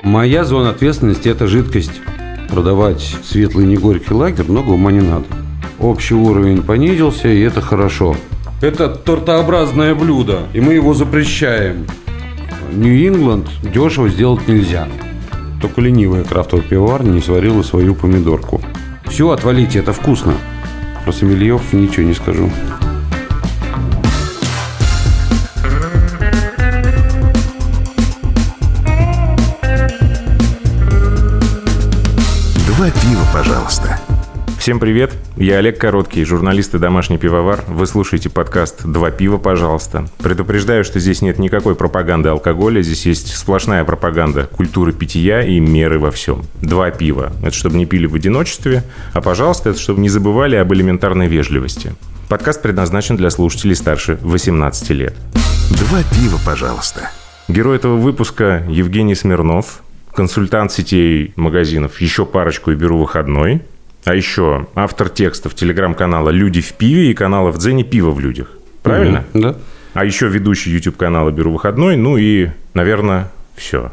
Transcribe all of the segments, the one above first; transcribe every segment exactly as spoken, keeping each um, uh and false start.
Моя зона ответственности – это жидкость. Продавать светлый негорький лагерь много ума не надо. Общий уровень понизился, и это хорошо. Это тортообразное блюдо, и мы его запрещаем. Нью-Ингланд дешево сделать нельзя. Только ленивая крафтовая пивоварня не сварила свою помидорку. Все, отвалите, это вкусно. Про сомельев ничего не скажу. Два пива, пожалуйста. Всем привет, я Олег Короткий, журналист и домашний пивовар. Вы слушаете подкаст «Два пива, пожалуйста». Предупреждаю, что здесь нет никакой пропаганды алкоголя. Здесь есть сплошная пропаганда культуры питья и меры во всем. Два пива – это чтобы не пили в одиночестве, а «пожалуйста» – это чтобы не забывали об элементарной вежливости. Подкаст предназначен для слушателей старше восемнадцати лет. Два пива, пожалуйста. Герой этого выпуска – Евгений Смирнов, консультант сетей магазинов «Еще парочку и беру выходной». А еще автор текстов телеграм-канала «Люди в пиве» и канала в Дзене «Пиво в людях». Правильно? Mm-hmm, да. А еще ведущий YouTube-канала «Беру выходной». Ну и, наверное, все.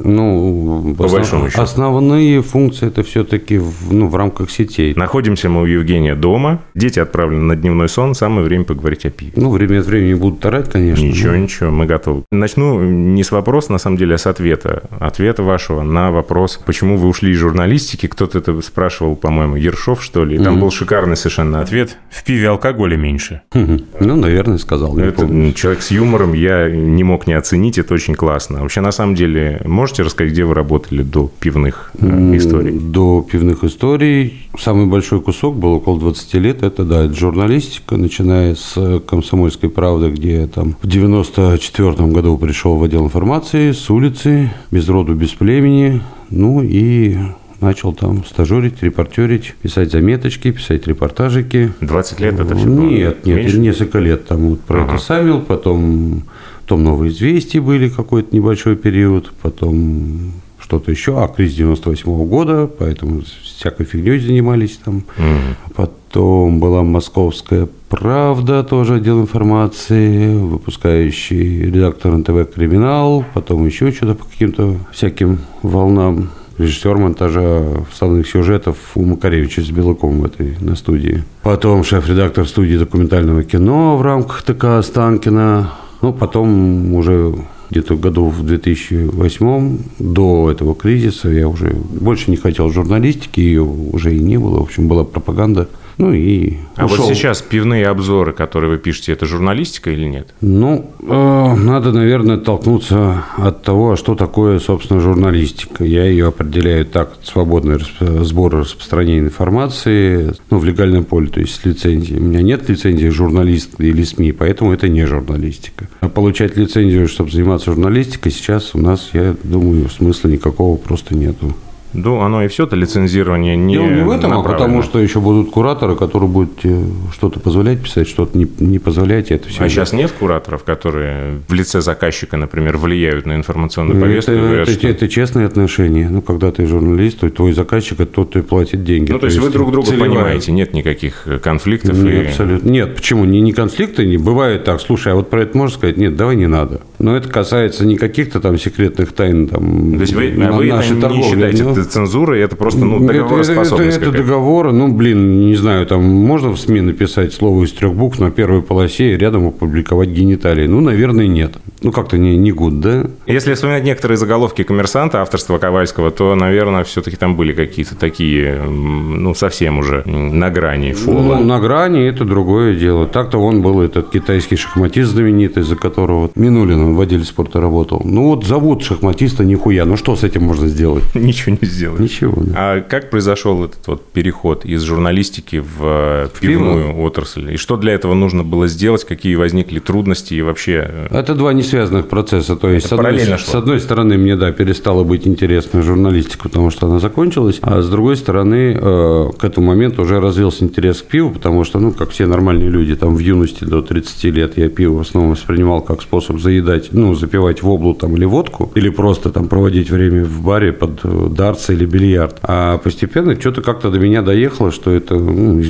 Ну, по основ... большому счету. Основные функции это все-таки в, ну, в рамках сетей. Находимся мы у Евгения дома. Дети отправлены на дневной сон. Самое время поговорить о пиве. Ну, время от времени будут орать, конечно. Ничего, но... ничего, мы готовы. Начну не с вопроса, на самом деле, а с ответа. Ответа вашего на вопрос, почему вы ушли из журналистики. Кто-то это спрашивал, по-моему, Ершов, что ли. И там mm-hmm. был шикарный совершенно ответ. В пиве алкоголя меньше. Mm-hmm. Ну, наверное, сказал. Это человек с юмором, я не мог не оценить. Это очень классно. Вообще, на самом деле, можете рассказать, где вы работали до пивных э, историй? До пивных историй самый большой кусок был около двадцати лет. Это, да, это журналистика, начиная с «Комсомольской правды», где я там в девяносто четвёртом году пришел в отдел информации, с улицы, без роду, без племени. Ну и начал там стажерить, репортерить, писать заметочки, писать репортажики. двадцать лет это все было? Нет, нет, меньше? Несколько лет. Там вот про ага. это Самил, потом... Потом «Новые известия» были какой-то небольшой период, потом что-то еще, а кризис девяносто восьмого года, поэтому всякой фигней занимались там. Mm. Потом была «Московская правда», тоже отдел информации, выпускающий редактор эн тэ вэ «Криминал», потом еще что-то по каким-то всяким волнам. Режиссер монтажа вставных сюжетов у Макаревича с Белаком в этой, на студии. Потом шеф-редактор студии документального кино в рамках тэ ка Останкина. Ну, потом уже где-то году в две тысячи восьмом, до этого кризиса, я уже больше не хотел журналистики, ее уже и не было. В общем, была пропаганда. Ну и А ушел. вот сейчас пивные обзоры, которые вы пишете, это журналистика или нет? Ну, э, надо, наверное, оттолкнуться от того, что такое, собственно, журналистика. Я ее определяю так: свободный сбор и распространение информации, ну, в легальном поле, то есть с лицензией. У меня нет лицензии журналист или СМИ, поэтому это не журналистика. А получать лицензию, чтобы заниматься журналистикой, сейчас у нас, я думаю, смысла никакого просто нету. Ну, оно и все, это лицензирование не Дело не в этом, а направлено. потому что еще будут кураторы, которые будут что-то позволять писать, что-то не, не позволять. Это все. А сейчас нет кураторов, которые в лице заказчика, например, влияют на информационную повестку? Это, говорят, это, что... это честные отношения. Ну, когда ты журналист, то твой заказчик – это тот, кто платит деньги. Ну, то, то есть, вы друг друга целевая... понимаете, нет никаких конфликтов? Нет, и... абсолютно. Нет, почему? Не, не конфликты, не бывает так. Слушай, а вот про это можно сказать? Нет, давай не надо. Но это касается не каких-то там секретных тайн. Там, то есть, вы, на, вы это не торговли, считаете но... это цензурой, это просто ну, договороспособность? Это, это, это договор, ну, блин, не знаю, там можно в СМИ написать слово из трех букв на первой полосе и рядом опубликовать гениталии? Ну, наверное, нет. Ну, как-то не, не гуд, да? Если вспоминать некоторые заголовки «Коммерсанта» авторства Ковальского, то, наверное, все-таки там были какие-то такие, ну, совсем уже на грани фола. Ну, на грани – это другое дело. Так-то он был этот китайский шахматист знаменитый, за которого Минулин в отделе спорта работал. Ну, вот зовут шахматиста нихуя. Ну, что с этим можно сделать? Ничего не сделать. Ничего, да. А как произошел этот вот переход из журналистики в пивную Пиво? отрасль? И что для этого нужно было сделать? Какие возникли трудности и вообще? Это два несвязанных процесса. То есть, с одной, с одной стороны, мне, да, перестала быть интересна журналистика, потому что она закончилась. А с другой стороны, э, к этому моменту уже развился интерес к пиву, потому что, ну, как все нормальные люди, там, в юности до тридцати лет я пиво в основном воспринимал как способ заедать, ну, запивать воблу там или водку, или просто там проводить время в баре под дартс или бильярд. А постепенно что-то как-то до меня доехало, что это, ну,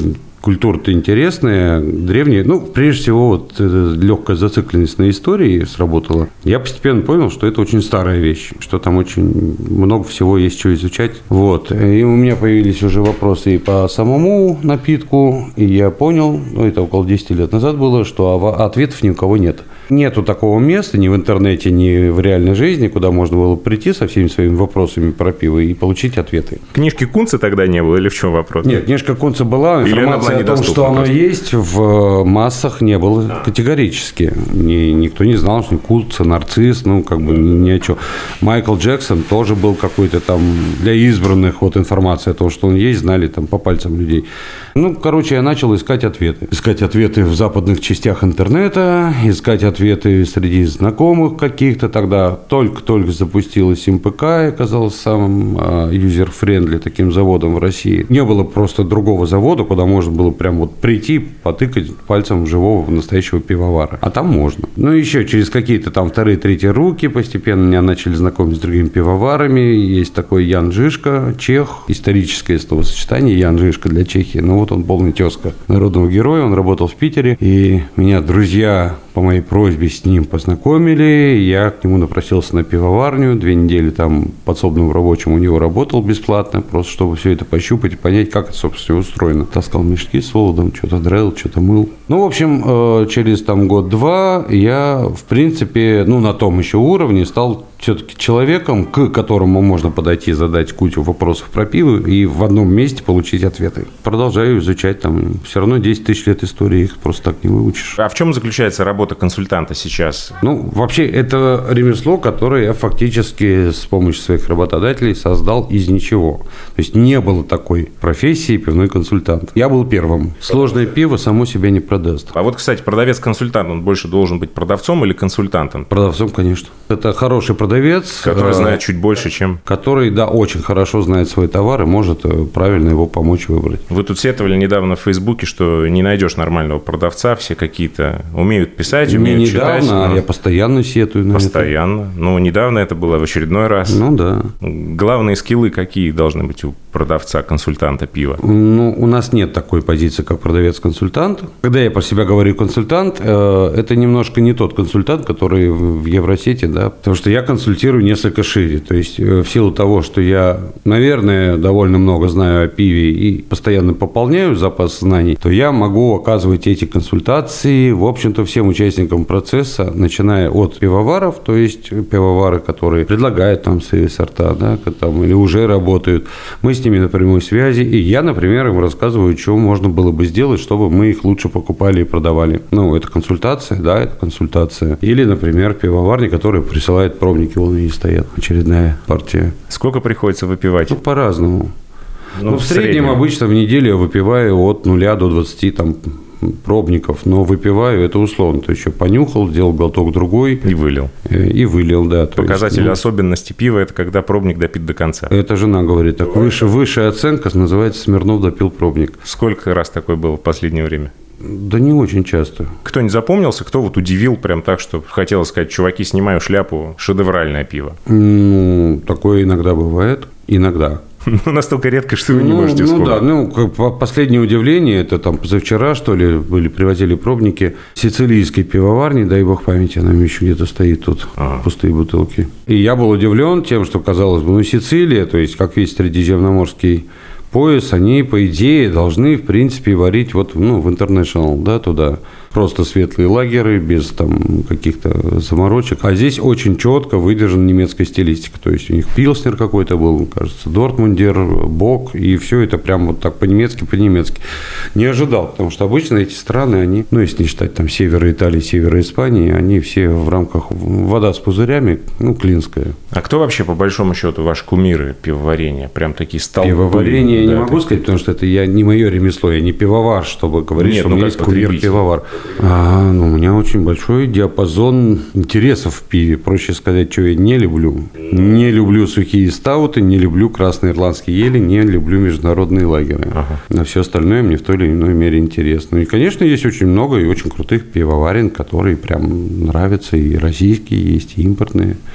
Культура-то интересная, древняя. Ну, прежде всего, вот легкая зацикленность на истории сработала. Я постепенно понял, что это очень старая вещь, что там очень много всего есть, что изучать. Вот. И у меня появились уже вопросы и по самому напитку, и я понял, ну, это около десять лет назад было, что ответов ни у кого нет. Нету такого места ни в интернете, ни в реальной жизни, куда можно было прийти со всеми своими вопросами про пиво и получить ответы. Книжки Кунца тогда не было, или в чем вопрос? Нет, книжка Кунца была, информация о том, что оно есть, в массах не было а. категорически. Ни, никто не знал, что Кунца, нарцисс, ну, как бы ни о чем. Майкл Джексон тоже был какой-то там для избранных, вот информация о том, что он есть, знали там по пальцам людей. Ну, короче, я начал искать ответы. Искать ответы в западных частях интернета, искать ответы среди знакомых каких-то. Тогда только-только запустилась эм пэ ка, и оказалась самым юзер-френдли таким заводом в России. Не было просто другого завода, куда можно было прям вот прийти, потыкать пальцем живого настоящего пивовара. А там можно. Ну, еще через какие-то там вторые, третьи руки постепенно меня начали знакомить с другими пивоварами. Есть такой Ян Жишка, чех. Историческое словосочетание Ян Жишка для Чехии. Ну, вот он полный тезка народного героя. Он работал в Питере. И меня друзья по моей просьбе с ним познакомили. Я к нему напросился на пивоварню. Две недели там подсобным рабочим у него работал бесплатно, просто чтобы все это пощупать и понять, как это, собственно, устроено. Таскал мешки с холодом, что-то дрел, что-то мыл. Ну, в общем, через там год-два я, в принципе, ну, на том еще уровне стал все-таки человеком, к которому можно подойти, задать кучу вопросов про пиво и в одном месте получить ответы. Продолжаю изучать, там, все равно десять тысяч лет истории, их просто так не выучишь. А в чем заключается работа консультанта сейчас? Ну, вообще, это ремесло, которое я фактически с помощью своих работодателей создал из ничего. То есть, не было такой профессии пивной консультант. Я был первым. Сложное пиво само себя не продаст. А вот, кстати, продавец-консультант, он больше должен быть продавцом или консультантом? Продавцом, конечно. Это хороший продавец. Который знает чуть больше, чем... Который, да, очень хорошо знает свой товар и может правильно его помочь выбрать. Вы тут сетовали недавно в Фейсбуке, что не найдешь нормального продавца, все какие-то умеют писать, умеют не читать. Не недавно, но... я постоянно сетую на Постоянно. Это. Ну, недавно это было в очередной раз. Ну, да. Главные скиллы какие должны быть у продавца, консультанта пива? Ну, у нас нет такой позиции, как продавец-консультант. Когда я про себя говорю консультант, это немножко не тот консультант, который в Евросети, да, потому что я консультирую несколько шире. То есть, в силу того, что я, наверное, довольно много знаю о пиве и постоянно пополняю запас знаний, то я могу оказывать эти консультации, в общем-то, всем участникам процесса, начиная от пивоваров, то есть пивовары, которые предлагают там свои сорта, да, там, или уже работают. Мы с ними на прямой связи, и я, например, им рассказываю, что можно было бы сделать, чтобы мы их лучше покупали и продавали. Ну, это консультация, да, это консультация. Или, например, пивоварни, которые присылают пробники, вон и стоят, очередная партия. Сколько приходится выпивать? Ну, по-разному. Ну, ну, в, в среднем, среднем обычно в неделю я выпиваю от нуля до двадцати там пробников, но выпиваю это условно. То есть, еще понюхал, сделал глоток другой. И вылил. И вылил, да. Показатель есть, ну, особенности пива – это когда пробник допит до конца. Это жена говорит так. Выше, высшая оценка называется «Смирнов допил пробник». Сколько раз такое было в последнее время? Да не очень часто. Кто не запомнился, кто вот удивил прям так, что хотелось сказать: чуваки, снимаю шляпу, шедевральное пиво? Ну, такое иногда бывает. Иногда. Ну, настолько редко, что вы ну, не можете ну, вспомнить. Да, ну, как последнее удивление, это там позавчера, что ли, были, привозили пробники сицилийской пивоварни, дай бог памяти, она еще где-то стоит тут, ага. Пустые бутылки. И я был удивлен тем, что, казалось бы, ну, Сицилия, то есть, как весь Средиземноморский пояс, они, по идее, должны, в принципе, варить вот, ну, в International, да, туда. Просто светлые лагеры, без там каких-то заморочек. А здесь очень четко выдержана немецкая стилистика. То есть, у них пилснер какой-то был, кажется, Дортмундер, Бок, и все это прям вот так по-немецки, по-немецки. Не ожидал, потому что обычно эти страны, они, ну, если не считать там севера Италии, севера Испании, они все в рамках вода с пузырями, ну, клинская. А кто вообще, по большому счету, ваши кумиры пивоварения? Прям такие столпы? Пивоварение я да, не могу сказать, потому что это я, не мое ремесло, я не пивовар, чтобы говорить, Нет, что ну, у меня есть кумир-пивовар. А, ну, у меня очень большой диапазон интересов в пиве. Проще сказать, что я не люблю. Не люблю сухие стауты, не люблю красные ирландские ели, не люблю международные лагеры. Ага. На все остальное мне в той или иной мере интересно. И, конечно, есть очень много и очень крутых пивоварен, которые прям нравятся. И российские есть, и импортные.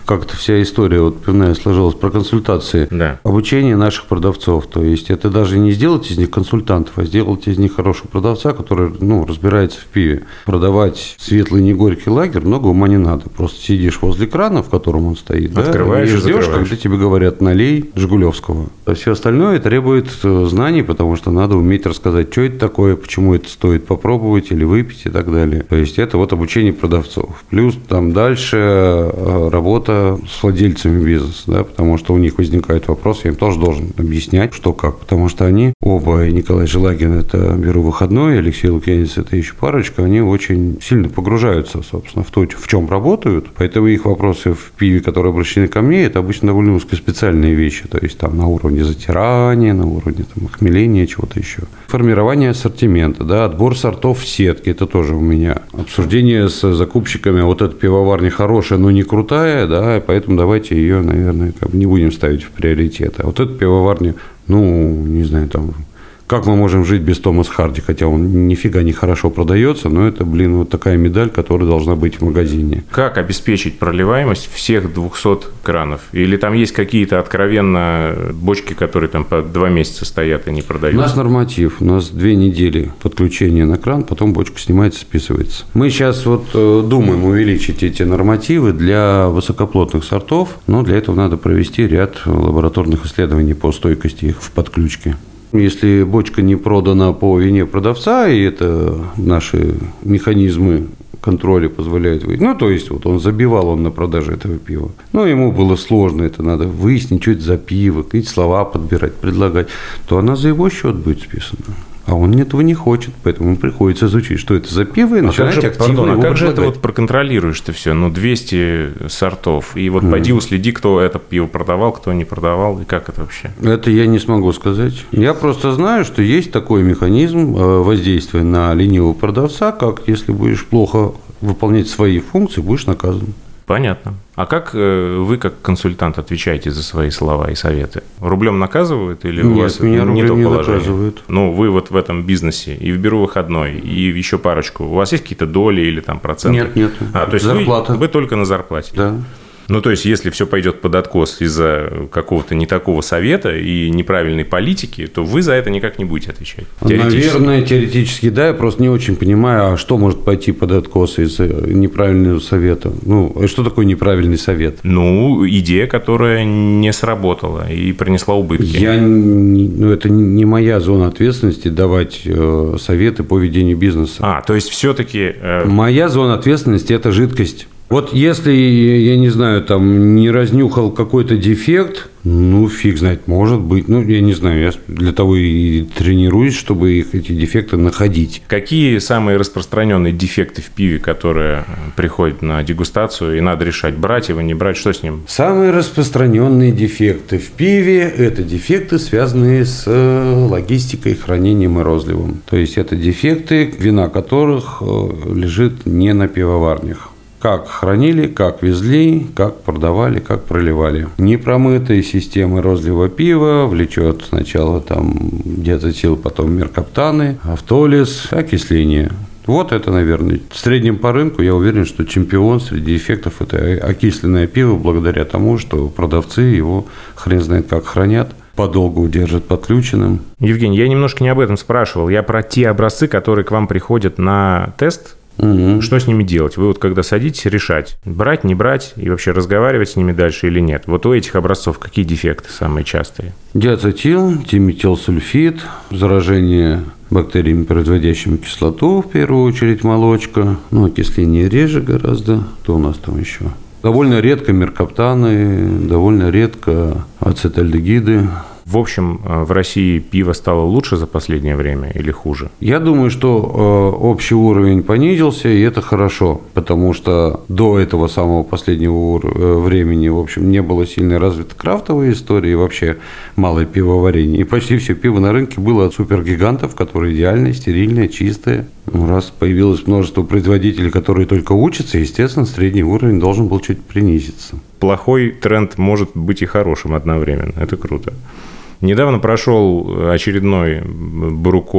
как-то вся история вот пивная сложилась про консультации, да. обучение наших продавцов. То есть это даже не сделать из них консультантов, а сделать из них хорошего продавца, который, ну, разбирается в пиве. Продавать светлый, не горький лагерь много ума не надо. Просто сидишь возле крана, в котором он стоит, открываешь, да, и ждешь, закрываешь. когда тебе говорят «налей Жигулевского». А все остальное требует знаний, потому что надо уметь рассказать, что это такое, почему это стоит попробовать или выпить и так далее. То есть это вот обучение продавцов. Плюс там дальше работа с владельцами бизнеса, да, потому что у них возникает вопрос, я им тоже должен объяснять, что как, потому что они оба, Николай Желагин, это «Беру выходной», Алексей Лукьянец, это еще парочка, они очень сильно погружаются, собственно, в то, в чем работают, поэтому их вопросы в пиве, которые обращены ко мне, это обычно довольно узкоспециальные вещи, то есть там на уровне затирания, на уровне там, охмеления, чего-то еще. Формирование ассортимента, да, отбор сортов в сетке, это тоже у меня. Обсуждение с закупщиками, вот эта пивоварня хорошая, но не крутая, да, поэтому давайте ее, наверное, как бы не будем ставить в приоритет. А вот эта пивоварня, ну, не знаю, там... Как мы можем жить без Томас Харди, хотя он нифига не хорошо продается, но это, блин, вот такая медаль, которая должна быть в магазине. Как обеспечить проливаемость всех двухсот кранов? Или там есть какие-то откровенно бочки, которые там по два месяца стоят и не продаются? У нас норматив, у нас две недели подключения на кран, потом бочка снимается, списывается. Мы сейчас вот думаем увеличить эти нормативы для высокоплотных сортов, но для этого надо провести ряд лабораторных исследований по стойкости их в подключке. Если бочка не продана по вине продавца, и это наши механизмы контроля позволяют выйти, ну, то есть, вот он забивал он на продаже этого пива, но ему было сложно, это надо выяснить, что это за пиво, какие слова подбирать, предлагать, то она за его счет будет списана. А он этого не хочет, поэтому ему приходится изучить, что это за пиво, и начинать же, активно пардон, его а как же это предлагать. вот проконтролируешь-то все? Ну, двести сортов. И вот mm. пойди уследи, кто это пиво продавал, кто не продавал, и как это вообще? Это я не смогу сказать. Я просто знаю, что есть такой механизм воздействия на ленивого продавца, как если будешь плохо выполнять свои функции, будешь наказан. Понятно. А как вы, как консультант, отвечаете за свои слова и советы? Рублем наказывают или Нет, у вас меня не то рублем не положение? наказывают. Ну, вы вот в этом бизнесе, и в «Беру выходной», и еще парочку. У вас есть какие-то доли или там проценты? Нет, нет. А, то есть зарплата. Вы, вы только на зарплате? Да. Ну, то есть, если все пойдет под откос из-за какого-то не такого совета и неправильной политики, то вы за это никак не будете отвечать. Теоретически. Наверное, теоретически, да. Я просто не очень понимаю, а что может пойти под откос из-за неправильного совета. Ну, что такое неправильный совет? Ну, идея, которая не сработала и принесла убытки. Я, ну, это не моя зона ответственности давать э, советы по ведению бизнеса. А, то есть, все-таки... Э... Моя зона ответственности – это жидкость. Вот если, я не знаю, там не разнюхал какой-то дефект, ну, фиг знает, может быть. Ну, я не знаю, я для того и тренируюсь, чтобы их, эти дефекты находить. Какие самые распространенные дефекты в пиве, которые приходят на дегустацию, и надо решать, брать его, не брать, что с ним? Самые распространенные дефекты в пиве – это дефекты, связанные с логистикой, хранением и розливом. То есть, это дефекты, вина которых лежит не на пивоварнях. Как хранили, как везли, как продавали, как проливали. Непромытые системы розлива пива влечет сначала там диацетил, потом меркаптаны, автолиз, окисление. Вот это, наверное, в среднем по рынку, я уверен, что чемпион среди эффектов – это окисленное пиво, благодаря тому, что продавцы его хрен знает как хранят, подолгу держат подключенным. Евгений, я немножко не об этом спрашивал. Я про те образцы, которые к вам приходят на тест. Угу. Что с ними делать? Вы вот когда садитесь решать, брать, не брать, и вообще разговаривать с ними дальше или нет? Вот у этих образцов какие дефекты самые частые? Диацетил, диметилсульфид, заражение бактериями, производящими кислоту, в первую очередь молочка, ну, окисление реже гораздо. Что у нас там еще? Довольно редко меркаптаны, довольно редко ацетальдегиды. В общем, в России пиво стало лучше за последнее время или хуже? Я думаю, что э, общий уровень понизился, и это хорошо, потому что до этого самого последнего ур- времени, в общем, не было сильно развитой крафтовой истории, и вообще малое пивоварение. И почти все пиво на рынке было от супергигантов, которые идеальное, стерильное, чистое. Ну, раз появилось множество производителей, которые только учатся, естественно, средний уровень должен был чуть принизиться. Плохой тренд может быть и хорошим одновременно. Это круто. Недавно прошел очередной Баруком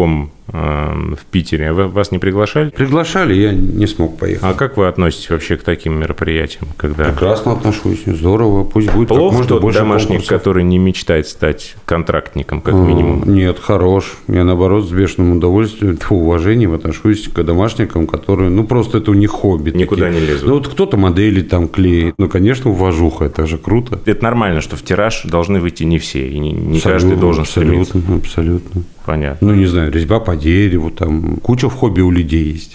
в Питере. Вы, вас не приглашали? Приглашали, я не смог поехать. А как вы относитесь вообще к таким мероприятиям? Когда... Прекрасно отношусь, здорово, пусть будет Плохо как можно тот больше домашник, конкурсов. который не мечтает стать контрактником, как минимум? А, нет, хорош. Я, наоборот, с бешеным удовольствием, уважением отношусь к домашникам, которые, ну, просто это у них хобби. Никуда такие. не лезут. Ну, вот кто-то модели там клеит. Ну, конечно, уважуха, это же круто. Это нормально, что в тираж должны выйти не все, и не, не Абсолютно, каждый должен абсолютно, стремиться. Абсолютно. Понятно. Ну, не знаю, резьба по дереву, там куча в хобби у людей есть.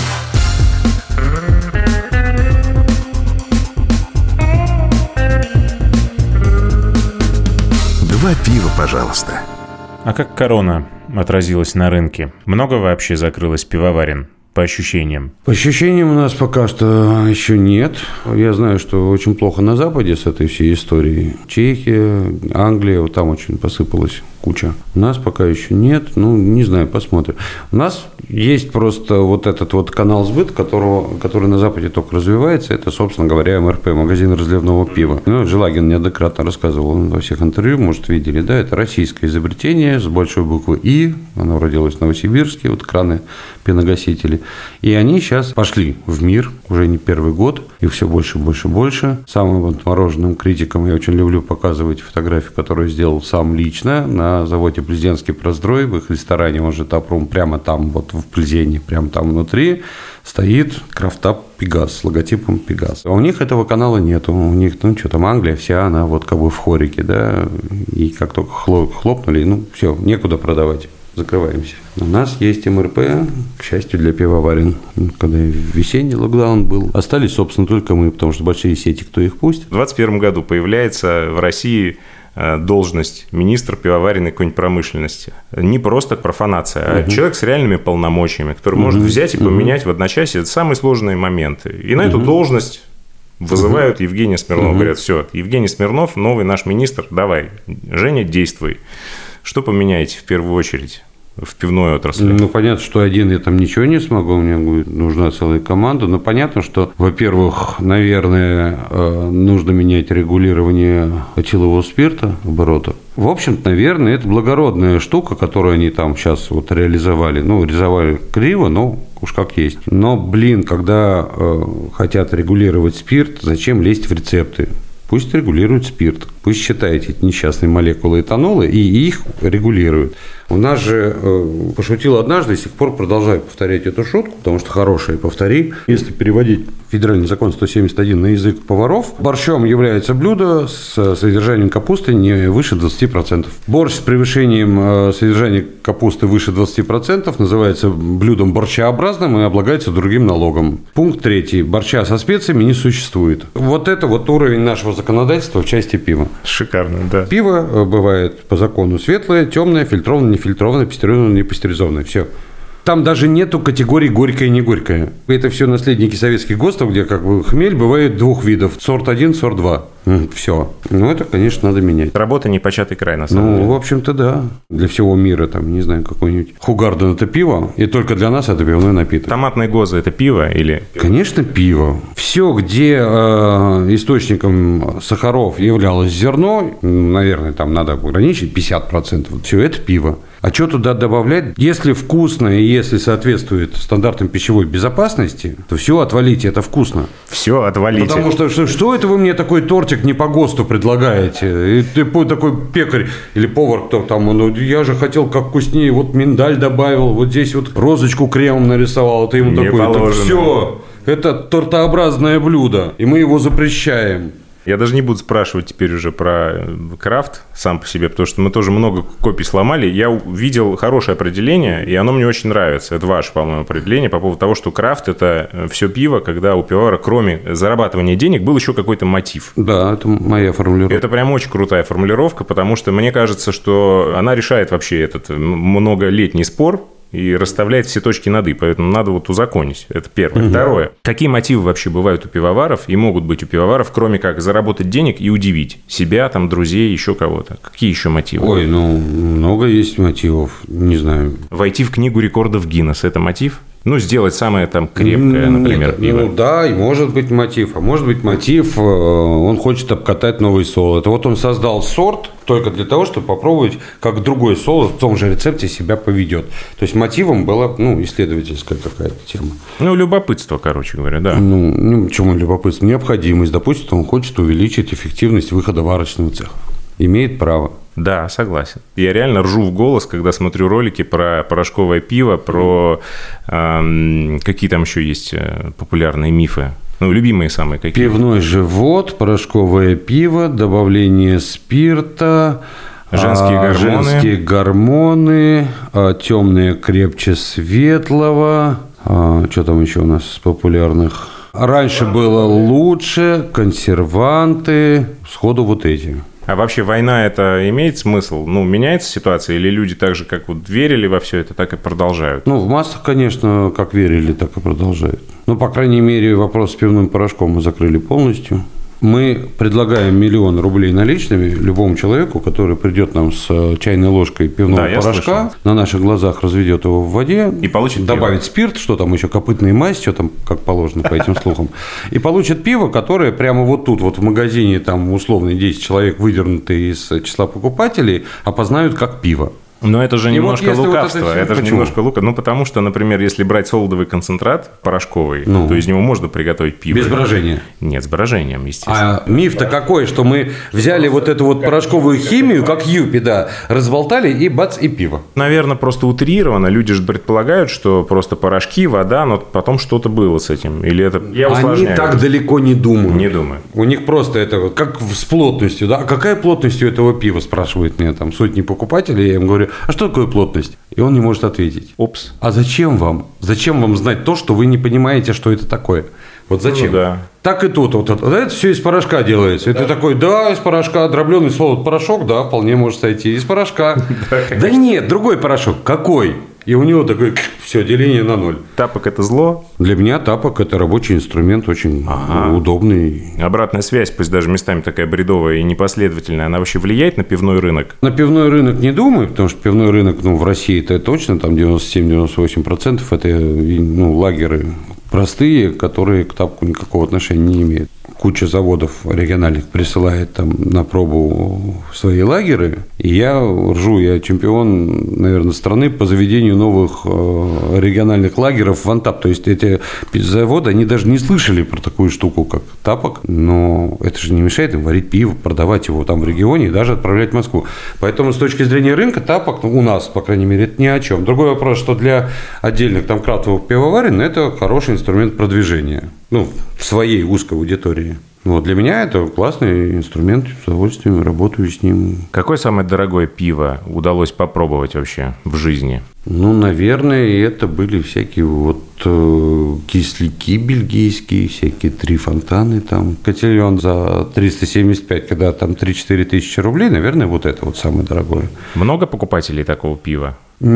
Два пива, пожалуйста. А как корона отразилась на рынке? Много вообще закрылось пивоварен? По ощущениям? По ощущениям у нас пока что еще нет. Я знаю, что очень плохо на Западе с этой всей историей. Чехия, Англия, вот там очень посыпалась куча. У нас пока еще нет. Ну, не знаю, посмотрим. У нас есть просто вот этот вот канал сбыта, которого, который на Западе только развивается. Это, собственно говоря, эм эр пэ, магазин разливного пива. Ну, Желагин неоднократно рассказывал во всех интервью, может, видели, да, это российское изобретение с большой буквы «И». Оно родилось в Новосибирске, вот краны пеногасители. И они сейчас пошли в мир, уже не первый год, их все больше, больше, больше. Самым вот мороженым критиком я очень люблю показывать фотографии, которые сделал сам лично на заводе «Плезенский проздрой», в их ресторане, он же Тапрум, прямо там, вот в Плезене, прямо там внутри стоит крафтап Пегас с логотипом Пегас. А у них этого канала нету, у них, ну, что там, Англия вся, она вот как бы в хорике, да, и как только хлопнули, ну, все, некуда продавать. Закрываемся. У нас есть эм эр пэ, к счастью, для пивоварен. Когда весенний локдаун был, остались, собственно, только мы, потому что большие сети, кто их пустит. В двадцать первом году появляется в России должность министра пивоваренной какой-нибудь промышленности. Не просто профанация, а угу. человек с реальными полномочиями, который угу. может взять и поменять угу. в одночасье. Это самые сложные моменты. И на угу. эту должность вызывают угу. Евгения Смирнова. Угу. Говорят, все, Евгений Смирнов, новый наш министр, давай, Женя, действуй. Что поменяете в первую очередь в пивной отрасли? Ну, понятно, что один я там ничего не смогу, мне будет нужна целая команда. Но понятно, что, во-первых, наверное, нужно менять регулирование этилового спирта, оборота. В общем-то, наверное, это благородная штука, которую они там сейчас вот реализовали. Ну, реализовали криво, но уж как есть. Но, блин, когда э, хотят регулировать спирт, зачем лезть в рецепты? Пусть регулируют спирт, пусть считают эти несчастные молекулы этанола и их регулируют. У нас же э, пошутил однажды, и с сих пор продолжаю повторять эту шутку, потому что хорошая, повтори. Если переводить федеральный закон сто семьдесят один на язык поваров, борщом является блюдо с содержанием капусты не выше двадцати процентов. Борщ с превышением э, содержания капусты выше двадцати процентов называется блюдом борщеобразным и облагается другим налогом. Пункт третий. Борща со специями не существует. Вот это вот уровень нашего законодательства в части пива. Шикарно, да. Пиво бывает по закону светлое, темное, фильтрованное, нефильтрованное, пастеризованное, не пастеризованное. Все. Там даже нету категории горькое и не горькое. Это все наследники советских ГОСТов, где как бы хмель бывает двух видов. Сорт один, сорт два. Все. Ну, это, конечно, надо менять. Работа непочатый край, на самом ну, деле. Ну, в общем-то, да. Для всего мира, там, не знаю, какой-нибудь Хугарден – это пиво, и только для нас это пивной напиток. Томатные гозы – это пиво или… Конечно, пиво. Все, где э, источником сахаров являлось зерно, наверное, там надо ограничить пятьдесят процентов. Все это пиво. А что туда добавлять? Если вкусно и если соответствует стандартам пищевой безопасности, то все, отвалите, это вкусно. Все, отвалите. Потому что, что, что это вы мне такой тортик не по ГОСТу предлагаете? И ты такой пекарь или повар, кто там, ну, я же хотел как вкуснее, вот миндаль добавил, вот здесь вот розочку кремом нарисовал, ты ему не такой, положено. Все, это тортообразное блюдо, и мы его запрещаем. Я даже не буду спрашивать теперь уже про крафт сам по себе, потому что мы тоже много копий сломали. Я увидел хорошее определение, и оно мне очень нравится. Это ваше, по-моему, определение по поводу того, что крафт – это все пиво, когда у пивовара, кроме зарабатывания денег, был еще какой-то мотив. Да, это моя формулировка. Это прям очень крутая формулировка, потому что мне кажется, что она решает вообще этот многолетний спор и расставляет все точки над «и», поэтому надо вот узаконить. Это первое. Угу. Второе. Какие мотивы вообще бывают у пивоваров и могут быть у пивоваров, кроме как заработать денег и удивить себя, там, друзей, еще кого-то? Какие еще мотивы? Ой, ну, много есть мотивов, не знаю. Войти в книгу рекордов Гиннесса – это мотив? Ну, сделать самое там крепкое, например, Нет, пиво. Ну да, и может быть мотив. А может быть мотив, он хочет обкатать новый солод. Вот он создал сорт только для того, чтобы попробовать, как другой солод в том же рецепте себя поведет. То есть мотивом была, ну, исследовательская какая-то тема. Ну, любопытство, короче говоря, да. Ну, ну почему любопытство? Необходимость. Допустим, он хочет увеличить эффективность выхода варочного цеха. Имеет право. Да, согласен. Я реально ржу в голос, когда смотрю ролики про порошковое пиво, про эм, какие там еще есть популярные мифы. Ну, любимые самые какие. Пивной живот, порошковое пиво, добавление спирта, женские а, гормоны, женские гормоны, а, темное крепче светлого. А, что там еще у нас из популярных? Раньше было лучше, консерванты, сходу вот эти. А вообще война это имеет смысл? Ну, меняется ситуация? Или люди так же, как вот верили во все это, так и продолжают? Ну, в массах, конечно, как верили, так и продолжают. Ну, по крайней мере, вопрос с пивным порошком мы закрыли полностью. Мы предлагаем миллион рублей наличными любому человеку, который придет нам с чайной ложкой пивного да, порошка, на наших глазах разведет его в воде, и получит добавит пиво. спирт, что там еще, копытная мазь, что там, как положено по этим слухам, и получит пиво, которое прямо вот тут, вот в магазине, там условно десять человек, выдернутые из числа покупателей, опознают как пиво. Но это же И немножко вот лукавство. вот это, это же почему? немножко лука. Ну, потому что, например, если брать солодовый концентрат порошковый, Ну. то из него можно приготовить пиво. Без брожения. Нет, с брожением, естественно. А миф-то какой, что мы взяли вот эту вот порошковую химию, как юпи, да, разболтали и бац, и пиво. Наверное, просто утрировано. Люди же предполагают, что просто порошки, вода, но потом что-то было с этим. Или это... Я Они усложняю. так далеко не думают. Не думаю. У них просто это вот как с плотностью, да? А какая плотность у этого пива, спрашивает меня там сотни покупателей. Я им говорю, а что такое плотность? И он не может ответить. Опс. А зачем вам? Зачем вам знать то, что вы не понимаете, что это такое? Вот зачем? Ну, да. Так и тут. Вот, вот это все из порошка делается. Да. И ты такой, да, из порошка, дробленый солод порошок, да, вполне может сойти. Из порошка. Да нет, другой порошок. Какой? И у него такое, все, деление на ноль. Тапок – это зло? Для меня тапок – это рабочий инструмент, очень ага. удобный. Обратная связь, пусть даже местами такая бредовая и непоследовательная, она вообще влияет на пивной рынок? На пивной рынок не думаю, потому что пивной рынок, ну, в России это точно, там девяносто семь - девяносто восемь процентов это, ну, лагеры простые, которые к тапку никакого отношения не имеют. Куча заводов региональных присылает там на пробу свои лагеры. И я ржу, я чемпион, наверное, страны по заведению новых региональных лагеров в Антап. То есть эти заводы, они даже не слышали про такую штуку, как тапок. Но это же не мешает им варить пиво, продавать его там в регионе и даже отправлять в Москву. Поэтому с точки зрения рынка тапок, ну, у нас, по крайней мере, это ни о чем. Другой вопрос, что для отдельных там крафтовых пивоварен это хороший инструмент продвижения. Ну, в своей узкой аудитории. Вот, для меня это классный инструмент, с удовольствием работаю с ним. Какое самое дорогое пиво удалось попробовать вообще в жизни? Ну, наверное, это были всякие вот э, кисляки бельгийские, всякие три фонтаны, там, котельон за триста семьдесят пять, когда там три-четыре тысячи рублей, наверное, вот это вот самое дорогое. Много покупателей такого пива?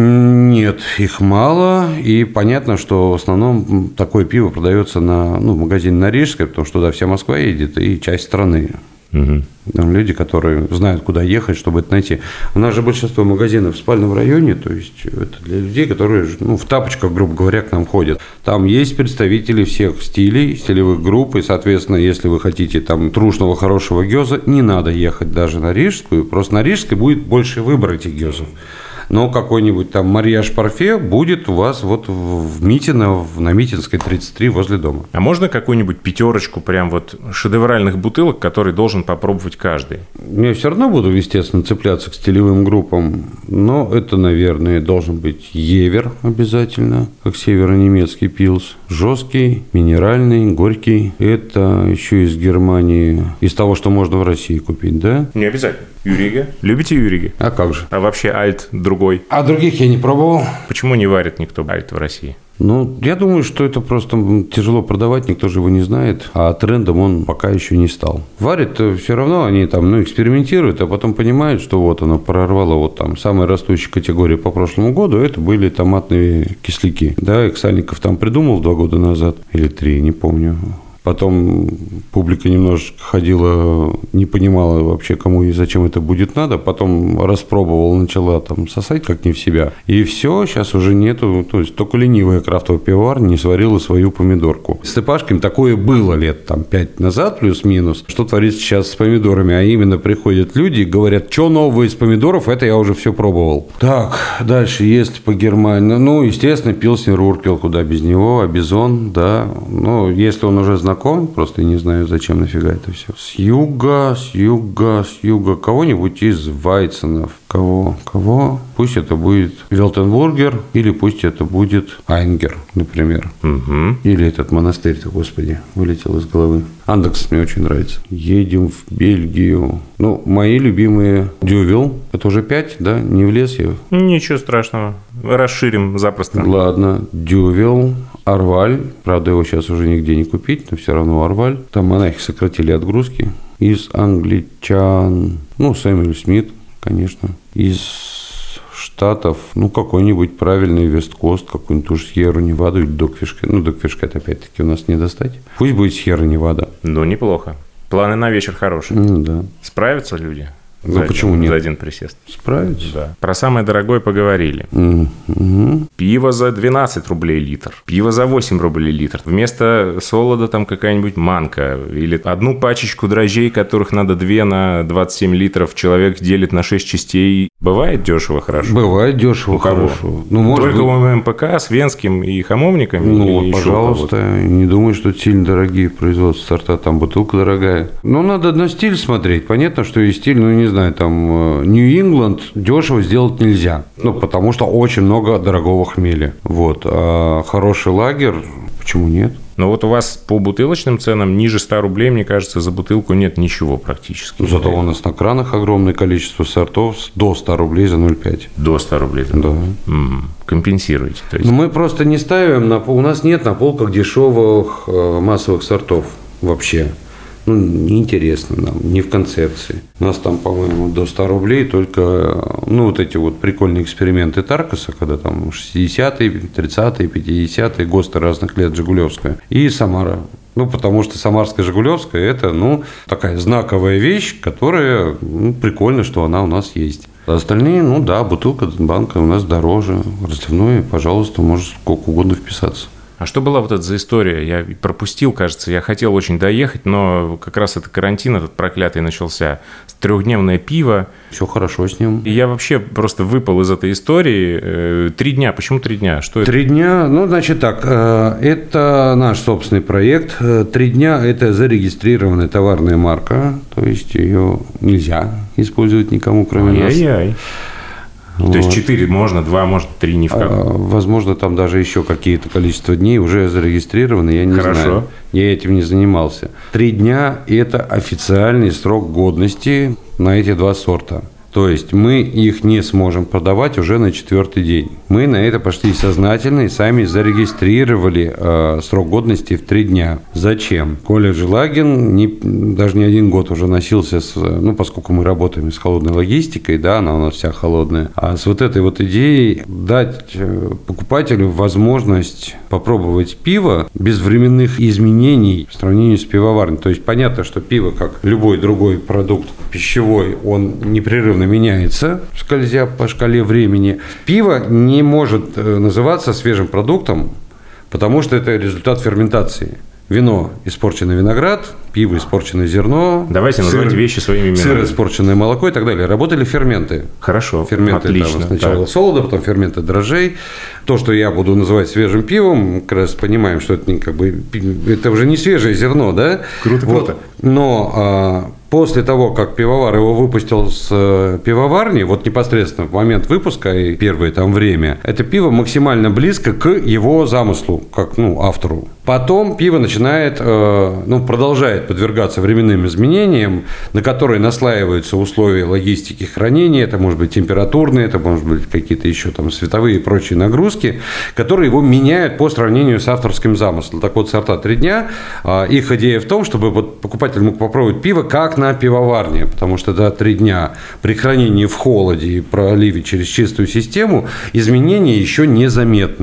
Нет, их мало, и понятно, что в основном такое пиво продается на, ну, в магазине на Рижской, потому что туда вся Москва едет и часть страны. Угу. Там люди, которые знают, куда ехать, чтобы это найти. У нас же большинство магазинов в спальном районе, то есть это для людей, которые, ну, в тапочках, грубо говоря, к нам ходят. Там есть представители всех стилей, стилевых групп, и, соответственно, если вы хотите там трушного хорошего гёза, не надо ехать даже на Рижскую, просто на Рижской будет больше выбор этих гёзов. Но какой-нибудь там марьяж парфе будет у вас вот в Митино, на Митинской тридцать три возле дома. А можно какую-нибудь пятерочку прям вот шедевральных бутылок, которые должен попробовать каждый? Я все равно буду, естественно, цепляться к стилевым группам, но это, наверное, должен быть Евер обязательно, как северонемецкий пилс. Жесткий, минеральный, горький. Это еще из Германии, из того, что можно в России купить, да? Не обязательно. Юрига. Любите Юриги? А как же? А вообще альт другой? А других я не пробовал. Почему не варит никто альт в России? Ну, я думаю, что это просто тяжело продавать, никто же его не знает, а трендом он пока еще не стал. Варят все равно, они там, ну, экспериментируют, а потом понимают, что вот оно прорвало вот там самая растущая категория по прошлому году, это были томатные кисляки. Да, Иксальников там придумал два года назад, или три, не помню. Потом публика немножечко ходила, не понимала вообще, кому и зачем это будет надо. Потом распробовала, начала там сосать как не в себя. И все, сейчас уже нету. То есть только ленивая крафтовая пивоварня не сварила свою помидорку. С Степашками такое было лет там пять назад, плюс-минус. Что творится сейчас с помидорами? А именно приходят люди и говорят, что новое из помидоров, это я уже все пробовал. Так, дальше, если по Германии. Ну, естественно, пилснер Уркел, куда без него, а Бизон, да. Ну, если он уже знаком, просто не знаю, зачем нафига это все. С юга, с юга, с юга. Кого-нибудь из Вайценов. Кого? Кого? Пусть это будет Велтенбургер, или пусть это будет Айнгер, например. Угу. Или этот монастырь-то, господи, вылетел из головы. Андекс мне очень нравится. Едем в Бельгию. Ну, мои любимые Дювел. Это уже пять, да? Не влез я? Ничего страшного. Расширим запросто. Ладно. Дювел, Арваль. Правда, его сейчас уже нигде не купить, но все равно Арваль. Там монахи сократили отгрузки. Из англичан, ну, Сэмюэль Смит, конечно. Из Штатов, ну, какой-нибудь правильный Весткост, какую-нибудь уж Сьерра-Неваду или Догфишка. Ну, Догфишка это опять-таки у нас не достать. Пусть будет Сьерра-Невада. Ну, неплохо. Планы на вечер хорошие. Ну, да. Справятся люди? Ну, за почему один, нет? За один присест. Справиться? Да. Про самое дорогое поговорили. Mm-hmm. Пиво за двенадцать рублей литр. Пиво за восемь рублей литр. Вместо солода там какая-нибудь манка. Или одну пачечку дрожжей, которых надо две на двадцать семь литров, человек делит на шесть частей. Бывает дешево хорошо? Бывает дешево у кого? хорошо. Ну, может Только быть... у МПК с Венским и Хамовниками? Ну, пожалуйста, не думаю, что это сильно дорогие производства сорта, там бутылка дорогая. Ну, надо на стиль смотреть. Понятно, что есть стиль, ну, не знаю, там, Нью-Ингланд дешево сделать нельзя. Ну, потому что очень много дорогого хмеля. Вот. А хороший лагерь, почему нет? Но вот у вас по бутылочным ценам ниже ста рублей, мне кажется, за бутылку нет ничего практически. Зато у нас на кранах огромное количество сортов до ста рублей за ноль пять. До ста рублей? Да. М-м. Компенсируете. То есть... Но мы просто не ставим, на... у нас нет на полках дешевых массовых сортов вообще. Ну, неинтересно нам, не в концепции. У нас там, по-моему, до ста рублей только, ну, вот эти вот прикольные эксперименты Таркаса, когда там шестидесятые, тридцатые, пятидесятые, ГОСТы разных лет, Жигулевская, и Самара. Ну, потому что самарская Жигулевская – это, ну, такая знаковая вещь, которая, ну, прикольно, что она у нас есть. А остальные, ну, да, бутылка банка у нас дороже, разливное, пожалуйста, может сколько угодно вписаться. А что была вот это за история? Я пропустил, кажется, я хотел очень доехать, но как раз это карантин этот проклятый начался. Трехдневное пиво. Все хорошо с ним. И я вообще просто выпал из этой истории. Три дня. Почему три дня? Что это? Три дня, ну, значит так, это наш собственный проект. Три дня – это зарегистрированная товарная марка, то есть ее нельзя использовать никому, кроме нас. Ай-яй-яй. Вот. То есть четыре можно, два может, три ни в каком. Возможно, там даже еще какие-то количество дней уже зарегистрированы, я не Хорошо. знаю. Я этим не занимался. Три дня – это официальный срок годности на эти два сорта. То есть мы их не сможем продавать уже на четвертый день. Мы на это пошли сознательно и сами зарегистрировали э, срок годности в три дня. Зачем? Колледж Лагин не, даже не один год уже носился, с, ну, поскольку мы работаем с холодной логистикой, да, она у нас вся холодная, а с вот этой вот идеей дать покупателю возможность попробовать пиво без временных изменений в сравнении с пивоварней. То есть понятно, что пиво, как любой другой продукт пищевой, он непрерывно меняется, скользя по шкале времени. Пиво не может называться свежим продуктом, потому что это результат ферментации. Вино – испорченный виноград, пиво – испорченное зерно. Давайте сыр, называть вещи своими именами. Сыр – испорченное молоко и так далее. Работали ферменты. Хорошо, ферменты отлично. Там, сначала так. солода, потом ферменты дрожжей. То, что я буду называть свежим пивом, как раз понимаем, что это, не, как бы, это уже не свежее зерно, да? Круто, вот. круто. Но а, после того, как пивовар его выпустил с а, пивоварни, вот непосредственно в момент выпуска и первое там время, это пиво максимально близко к его замыслу, как, ну, автору. Потом пиво начинает, э, ну, продолжает подвергаться временным изменениям, на которые наслаиваются условия логистики хранения, это может быть температурные, это может быть какие-то еще там световые и прочие нагрузки, которые его меняют по сравнению с авторским замыслом. Так вот, сорта три дня, э, их идея в том, чтобы вот покупатель мог попробовать пиво как на пивоварне, потому что до три дня при хранении в холоде и проливе через чистую систему изменения еще незаметны.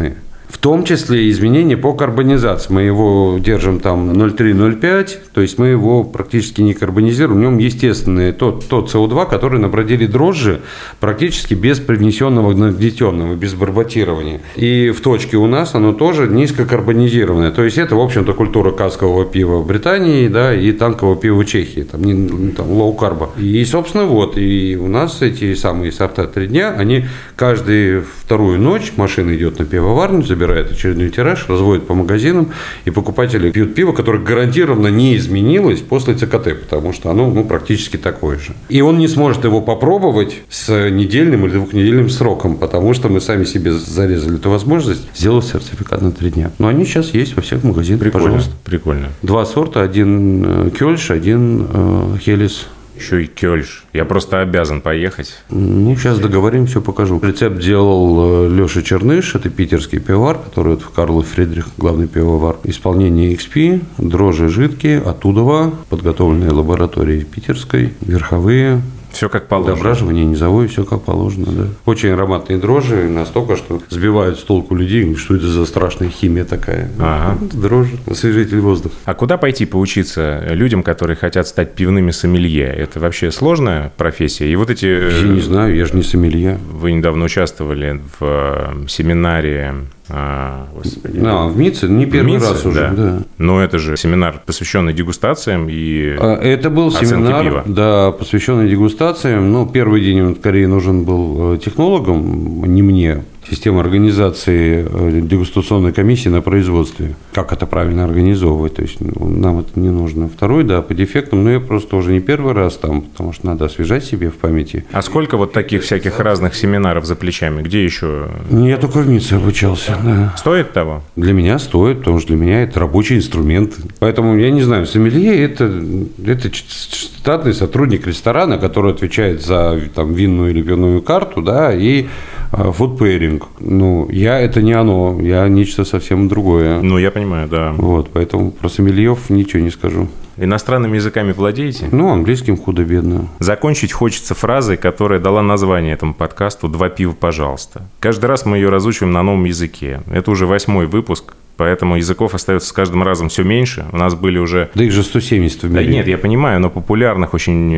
В том числе изменения по карбонизации. Мы его держим там ноль три - ноль пять, то есть мы его практически не карбонизируем. В нем естественный тот, тот С О два, который набродили дрожжи практически без привнесенного нагнетенного, без барботирования. И в точке у нас оно тоже низкокарбонизированное. То есть это, в общем-то, культура каскового пива в Британии, да, и танкового пива в Чехии. Там, не, там лоу-карба. И, собственно, вот. И у нас эти самые сорта три дня, они каждую вторую ночь машина идет на пивоварню, забирает очередной тираж, разводит по магазинам, и покупатели пьют пиво, которое гарантированно не изменилось после Ц К Т, потому что оно ну, практически такое же. И он не сможет его попробовать с недельным или двухнедельным сроком, потому что мы сами себе зарезали эту возможность сделать сертификат на три дня. Но они сейчас есть во всех магазинах. Прикольно, пожалуйста. Прикольно. Два сорта, один Кёльш, один э, Хелис. Еще и Кёльш. Я просто обязан поехать. Ну, сейчас договорим, все покажу. Рецепт делал Леша Черныш, это питерский пивовар, который вот в Карлов Фридрих, главный пивовар. Исполнение Икс Пи, дрожжи жидкие, оттуда, подготовленные лабораторией питерской, верховые. Все как положено. Дображивание, низовое, все как положено, да. Очень ароматные дрожжи, настолько, что сбивают с толку людей, что это за страшная химия такая. Ага. Ну, дрожжи, освежитель воздуха. А куда пойти поучиться людям, которые хотят стать пивными сомелье? Это вообще сложная профессия? И вот эти... Я не знаю, я же не сомелье. Вы недавно участвовали в семинаре... А, господи. А, в МИЦе не первый МИЦе, раз уже, да. да. Но это же семинар, посвященный дегустациям и Это был семинар, пива. Да, посвященный дегустациям. Ну, первый день он скорее нужен был технологам, не мне. Система организации дегустационной комиссии на производстве. Как это правильно организовывать. То есть нам это не нужно. Второй, да, по дефектам. Но я просто уже не первый раз там, потому что надо освежать себе в памяти. А сколько вот таких всяких разных семинаров за плечами? Где еще? Я только в МИЦе обучался, да. Стоит того? Для меня стоит, потому что для меня это рабочий инструмент. Поэтому, я не знаю, сомелье – это, это штатный сотрудник ресторана, который отвечает за там, винную или пивную карту, да, и фуд-пейринг. Ну, я – это не оно, я нечто совсем другое. Ну, я понимаю, да. Вот, поэтому про сомельев ничего не скажу. Иностранными языками владеете? Ну, английским худо-бедно. Закончить хочется фразой, которая дала название этому подкасту «Два пива, пожалуйста». Каждый раз мы ее разучиваем на новом языке. Это уже восьмой выпуск, поэтому языков остается с каждым разом все меньше. У нас были уже... Да их же сто семьдесят в мире. Да нет, я понимаю, но популярных очень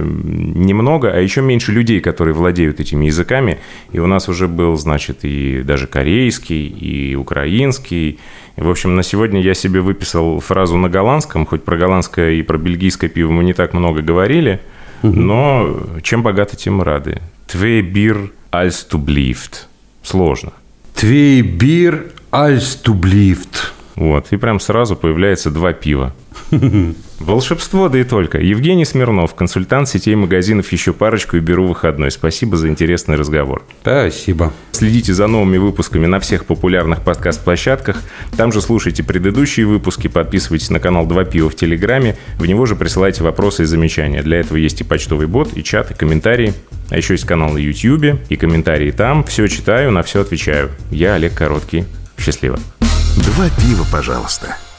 немного, а еще меньше людей, которые владеют этими языками. И у нас уже был, значит, и даже корейский, и украинский. В общем, на сегодня я себе выписал фразу на голландском, хоть про голландское и про бельгийское пиво мы не так много говорили, угу. Но чем богаты, тем рады. Twee bier alstublieft. Сложно. Twee bier alstublieft. Вот, и прям сразу появляется два пива. Волшебство, да и только. Евгений Смирнов, консультант сетей магазинов «Еще парочку» и «Беру выходной». Спасибо за интересный разговор. Спасибо. Следите за новыми выпусками на всех популярных подкаст-площадках. Там же слушайте предыдущие выпуски, подписывайтесь на канал «Два пива» в Телеграме. В него же присылайте вопросы и замечания. Для этого есть и почтовый бот, и чат, и комментарии. А еще есть канал на Ютьюбе, и комментарии там. Все читаю, на все отвечаю. Я Олег Короткий. Счастливо. Два пива, пожалуйста.